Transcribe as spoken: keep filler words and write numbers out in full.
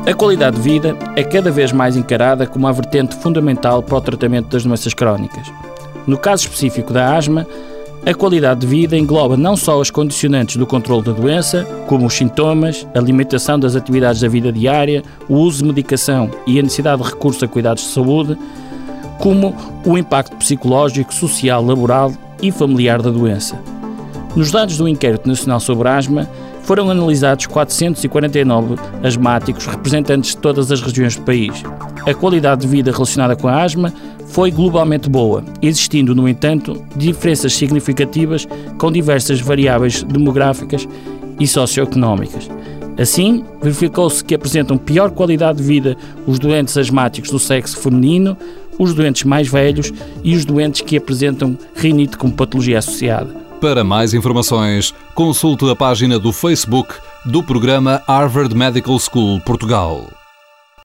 A qualidade de vida é cada vez mais encarada como uma vertente fundamental para o tratamento das doenças crónicas. No caso específico da asma, a qualidade de vida engloba não só os condicionantes do controle da doença, como os sintomas, a limitação das atividades da vida diária, o uso de medicação e a necessidade de recurso a cuidados de saúde, como o impacto psicológico, social, laboral e familiar da doença. Nos dados do Inquérito Nacional sobre Asma, foram analisados quatrocentos e quarenta e nove asmáticos representantes de todas as regiões do país. A qualidade de vida relacionada com a asma foi globalmente boa, existindo, no entanto, diferenças significativas com diversas variáveis demográficas e socioeconómicas. Assim, verificou-se que apresentam pior qualidade de vida os doentes asmáticos do sexo feminino, os doentes mais velhos e os doentes que apresentam rinite como patologia associada. Para mais informações, consulte a página do Facebook do programa Harvard Medical School Portugal.